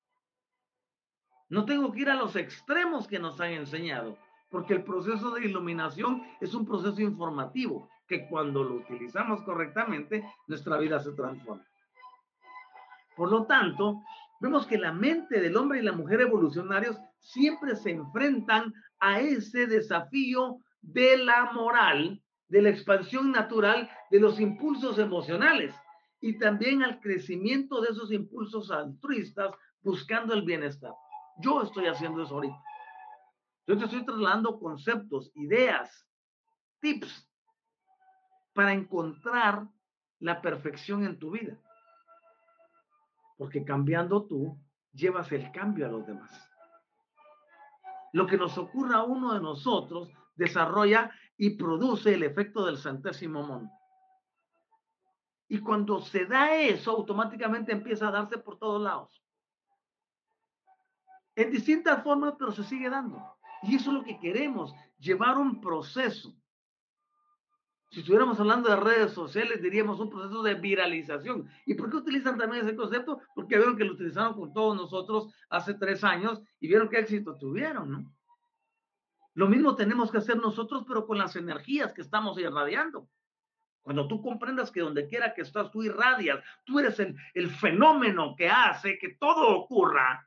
No tengo que ir a los extremos que nos han enseñado, porque el proceso de iluminación es un proceso informativo que cuando lo utilizamos correctamente, nuestra vida se transforma. Por lo tanto, vemos que la mente del hombre y la mujer evolucionarios siempre se enfrentan a ese desafío de la moral, de la expansión natural de los impulsos emocionales y también al crecimiento de esos impulsos altruistas buscando el bienestar. Yo estoy haciendo eso ahorita. Yo te estoy trasladando conceptos, ideas, tips para encontrar la perfección en tu vida. Porque cambiando tú, llevas el cambio a los demás. Lo que nos ocurra a uno de nosotros desarrolla y produce el efecto del centésimo mono. Y cuando se da eso, automáticamente empieza a darse por todos lados. En distintas formas, pero se sigue dando. Y eso es lo que queremos, llevar un proceso. Si estuviéramos hablando de redes sociales, diríamos un proceso de viralización. ¿Y por qué utilizan también ese concepto? Porque vieron que lo utilizaron con todos nosotros hace tres años y vieron qué éxito tuvieron, ¿no? Lo mismo tenemos que hacer nosotros, pero con las energías que estamos irradiando. Cuando tú comprendas que donde quiera que estás, tú irradias, tú eres el, el fenómeno que hace que todo ocurra,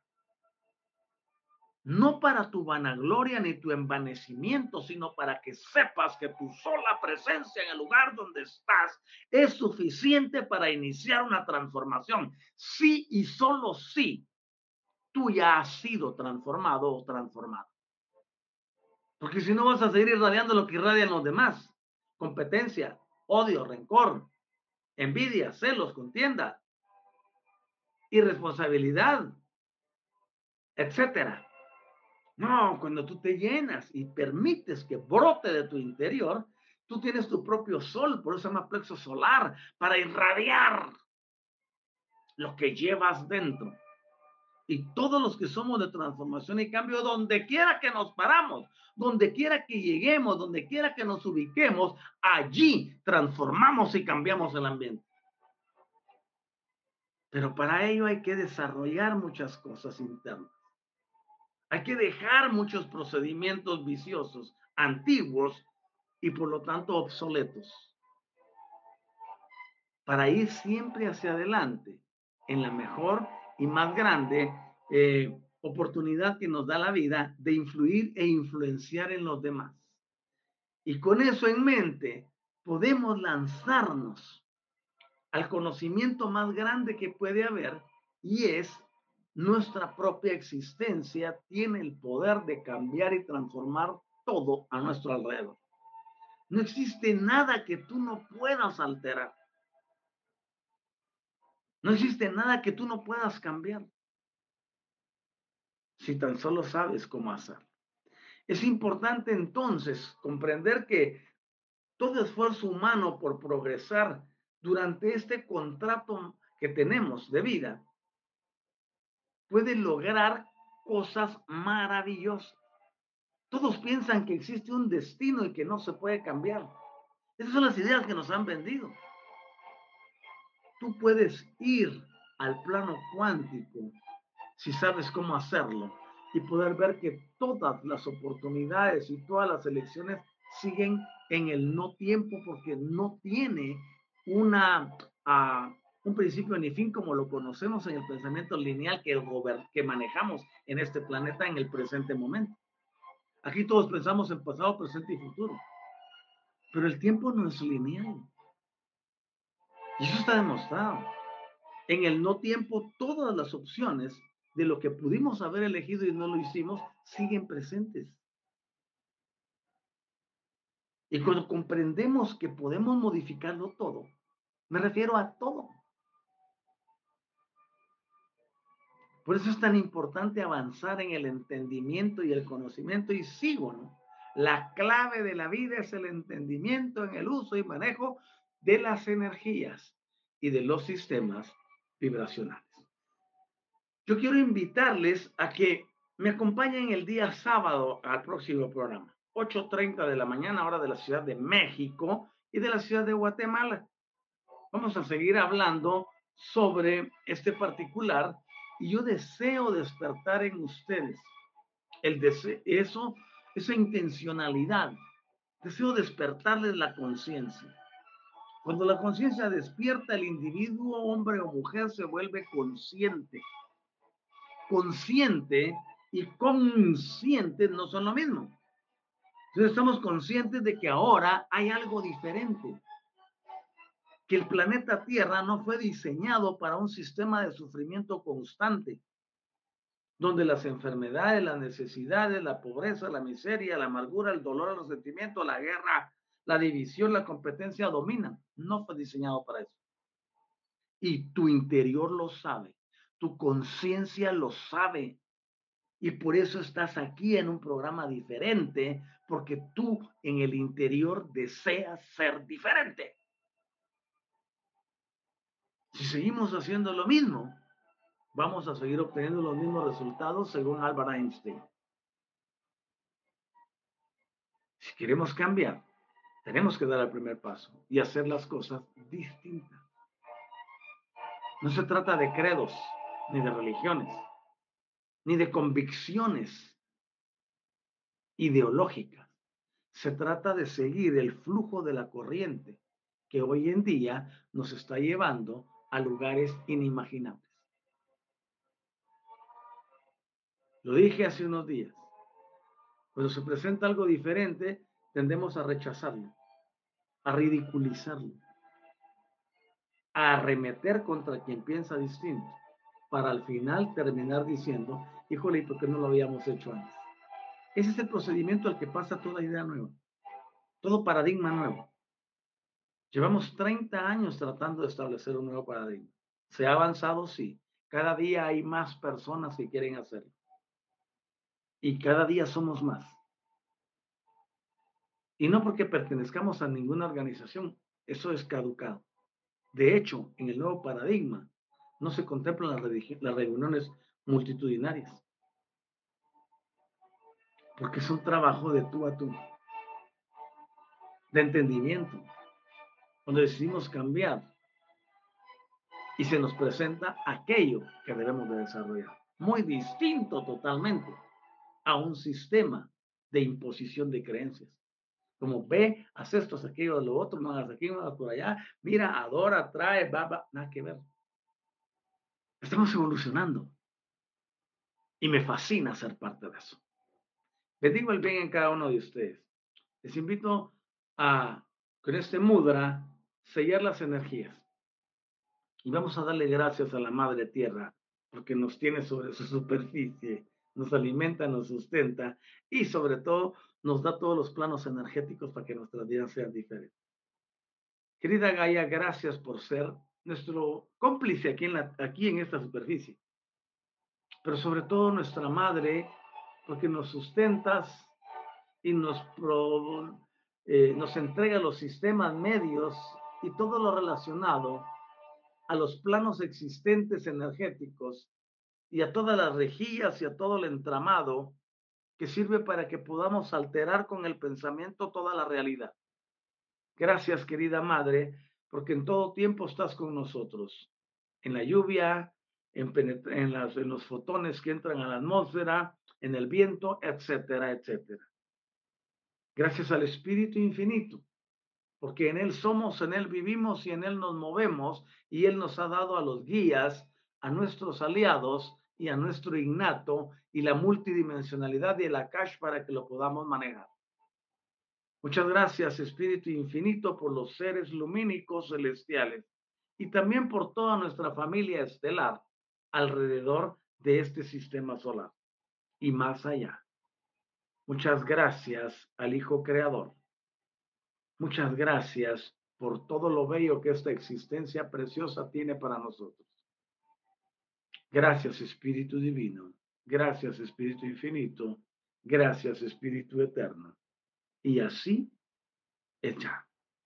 no para tu vanagloria ni tu envanecimiento, sino para que sepas que tu sola presencia en el lugar donde estás es suficiente para iniciar una transformación. Sí y solo sí, tú ya has sido transformado o transformado. Porque si no vas a seguir irradiando lo que irradian los demás. Competencia, odio, rencor, envidia, celos, contienda, irresponsabilidad, etcétera. No, cuando tú te llenas y permites que brote de tu interior, tú tienes tu propio sol, por eso se llama plexo solar, para irradiar lo que llevas dentro. Y todos los que somos de transformación y cambio, donde quiera que nos paramos, donde quiera que lleguemos, donde quiera que nos ubiquemos, allí transformamos y cambiamos el ambiente. Pero para ello hay que desarrollar muchas cosas internas. Hay que dejar muchos procedimientos viciosos, antiguos y por lo tanto obsoletos, para ir siempre hacia adelante en la mejor y más grande eh, oportunidad que nos da la vida de influir e influenciar en los demás. Y con eso en mente, podemos lanzarnos al conocimiento más grande que puede haber, y es nuestra propia existencia tiene el poder de cambiar y transformar todo a nuestro alrededor. No existe nada que tú no puedas alterar. No existe nada que tú no puedas cambiar. Si tan solo sabes cómo hacer. Es importante entonces comprender que todo esfuerzo humano por progresar durante este contrato que tenemos de vida puede lograr cosas maravillosas. Todos piensan que existe un destino y que no se puede cambiar. Esas son las ideas que nos han vendido. Tú puedes ir al plano cuántico si sabes cómo hacerlo y poder ver que todas las oportunidades y todas las elecciones siguen en el no tiempo porque no tiene una, uh, un principio ni fin como lo conocemos en el pensamiento lineal que, el que manejamos en este planeta en el presente momento. Aquí todos pensamos en pasado, presente y futuro, pero el tiempo no es lineal. Y eso está demostrado. En el no tiempo, todas las opciones de lo que pudimos haber elegido y no lo hicimos, siguen presentes. Y cuando comprendemos que podemos modificarlo todo, me refiero a todo. Por eso es tan importante avanzar en el entendimiento y el conocimiento. Y sigo, ¿no? La clave de la vida es el entendimiento en el uso y manejo de las energías y de los sistemas vibracionales. Yo quiero invitarles a que me acompañen el día sábado al próximo programa, ocho treinta de la mañana, hora de la Ciudad de México y de la Ciudad de Guatemala. Vamos a seguir hablando sobre este particular y yo deseo despertar en ustedes el deseo, eso, esa intencionalidad. Deseo despertarles la conciencia. Cuando la conciencia despierta, el individuo, hombre o mujer, se vuelve consciente. Consciente y consciente no son lo mismo. Entonces estamos conscientes de que ahora hay algo diferente, que el planeta Tierra no fue diseñado para un sistema de sufrimiento constante, donde las enfermedades, las necesidades, la pobreza, la miseria, la amargura, el dolor, el resentimiento, la guerra, la división, la competencia dominan. No fue diseñado para eso. Y tu interior lo sabe, tu conciencia lo sabe. Y por eso estás aquí en un programa diferente, porque tú en el interior deseas ser diferente. Si seguimos haciendo lo mismo, vamos a seguir obteniendo los mismos resultados según Albert Einstein. Si queremos cambiar, tenemos que dar el primer paso y hacer las cosas distintas. No se trata de credos, ni de religiones, ni de convicciones ideológicas. Se trata de seguir el flujo de la corriente que hoy en día nos está llevando a lugares inimaginables. Lo dije hace unos días. Cuando se presenta algo diferente, tendemos a rechazarlo, a ridiculizarlo, a arremeter contra quien piensa distinto, para al final terminar diciendo, híjole, ¿y por qué no lo habíamos hecho antes? Ese es el procedimiento al que pasa toda idea nueva, todo paradigma nuevo. Llevamos treinta años tratando de establecer un nuevo paradigma. ¿Se ha avanzado? Sí. Cada día hay más personas que quieren hacerlo. Y cada día somos más. Y no porque pertenezcamos a ninguna organización, eso es caducado. De hecho, en el nuevo paradigma no se contemplan las, las reuniones multitudinarias, porque es un trabajo de tú a tú, de entendimiento, donde decidimos cambiar y se nos presenta aquello que debemos de desarrollar. Muy distinto totalmente a un sistema de imposición de creencias. Como ve, haz esto, haz aquello, lo otro, no hagas aquí, no hagas por allá, mira, adora, trae, va, va, nada que ver. Estamos evolucionando y me fascina ser parte de eso. Bendigo el bien en cada uno de ustedes. Les invito a, con este mudra, sellar las energías. Y vamos a darle gracias a la Madre Tierra, porque nos tiene sobre su superficie, nos alimenta, nos sustenta y sobre todo nos da todos los planos energéticos para que nuestras vidas sean diferentes. Querida Gaia, gracias por ser nuestro cómplice aquí en, la, aquí en esta superficie, pero sobre todo nuestra Madre, porque nos sustentas y nos, pro, eh, nos entrega los sistemas medios y todo lo relacionado a los planos existentes energéticos y a todas las rejillas y a todo el entramado que sirve para que podamos alterar con el pensamiento toda la realidad. Gracias, querida Madre, porque en todo tiempo estás con nosotros, en la lluvia, en, en, las, en los fotones que entran a la atmósfera, en el viento, etcétera, etcétera. Gracias al Espíritu Infinito, porque en Él somos, en Él vivimos y en Él nos movemos, y Él nos ha dado a los guías, a nuestros aliados y a nuestro innato y la multidimensionalidad y el Akash para que lo podamos manejar. Muchas gracias, Espíritu Infinito, por los seres lumínicos celestiales y también por toda nuestra familia estelar alrededor de este sistema solar y más allá. Muchas gracias al Hijo Creador. Muchas gracias por todo lo bello que esta existencia preciosa tiene para nosotros. Gracias, Espíritu Divino. Gracias, Espíritu Infinito. Gracias, Espíritu Eterno. Y así es ya.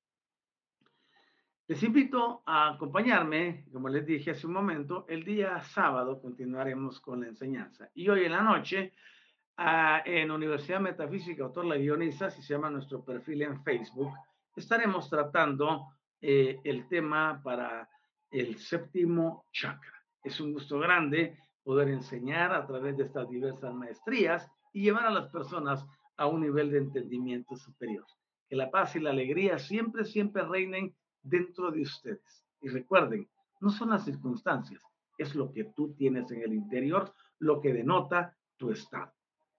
Les invito a acompañarme, como les dije hace un momento, el día sábado continuaremos con la enseñanza. Y hoy en la noche, uh, en Universidad Metafísica Autor La Guioniza, si se llama nuestro perfil en Facebook, estaremos tratando eh, el tema para el séptimo chakra. Es un gusto grande poder enseñar a través de estas diversas maestrías y llevar a las personas a un nivel de entendimiento superior. Que la paz y la alegría siempre, siempre reinen dentro de ustedes. Y recuerden, no son las circunstancias, es lo que tú tienes en el interior, lo que denota tu estado.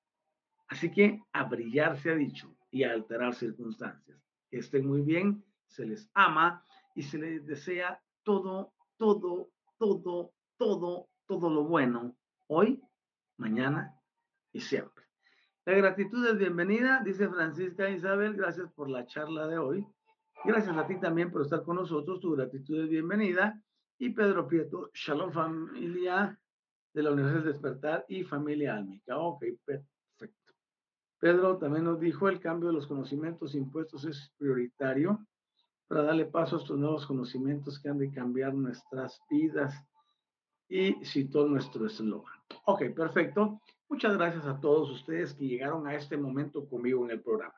Así que a brillar se ha dicho y a alterar circunstancias. Que estén muy bien, se les ama y se les desea todo, todo, todo, todo, todo lo bueno, hoy, mañana y siempre. La gratitud es bienvenida, dice Francisca Isabel, gracias por la charla de hoy. Gracias a ti también por estar con nosotros, tu gratitud es bienvenida. Y Pedro Prieto, Shalom familia de la Universidad del Despertar y familia álmica. Ok, perfecto. Pedro también nos dijo, el cambio de los conocimientos impuestos es prioritario para darle paso a estos nuevos conocimientos que han de cambiar nuestras vidas. Y citó nuestro eslogan. Ok, perfecto. Muchas gracias a todos ustedes que llegaron a este momento conmigo en el programa.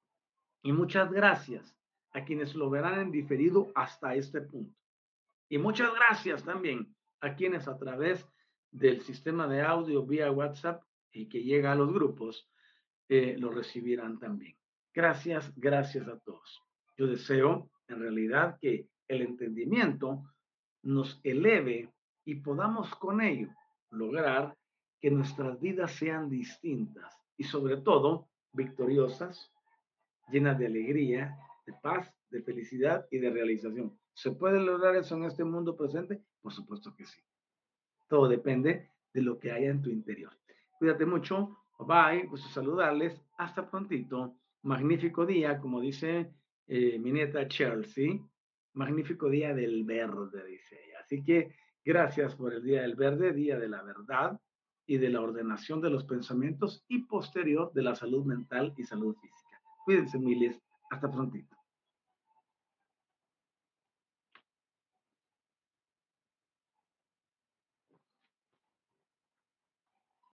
Y muchas gracias a quienes lo verán en diferido hasta este punto. Y muchas gracias también a quienes a través del sistema de audio vía WhatsApp y que llega a los grupos, eh, lo recibirán también. Gracias, gracias a todos. Yo deseo en realidad que el entendimiento nos eleve y podamos con ello lograr que nuestras vidas sean distintas y sobre todo victoriosas, llenas de alegría, de paz, de felicidad y de realización. ¿Se puede lograr eso en este mundo presente? Por supuesto que sí. Todo depende de lo que haya en tu interior. Cuídate mucho. Bye. Gusto saludarles. Hasta prontito. Magnífico día, como dice eh, mi nieta Chelsea. Magnífico día del verde, dice ella. Así que gracias por el día del verde, día de la verdad y de la ordenación de los pensamientos y posterior de la salud mental y salud física. Cuídense miles. Hasta prontito.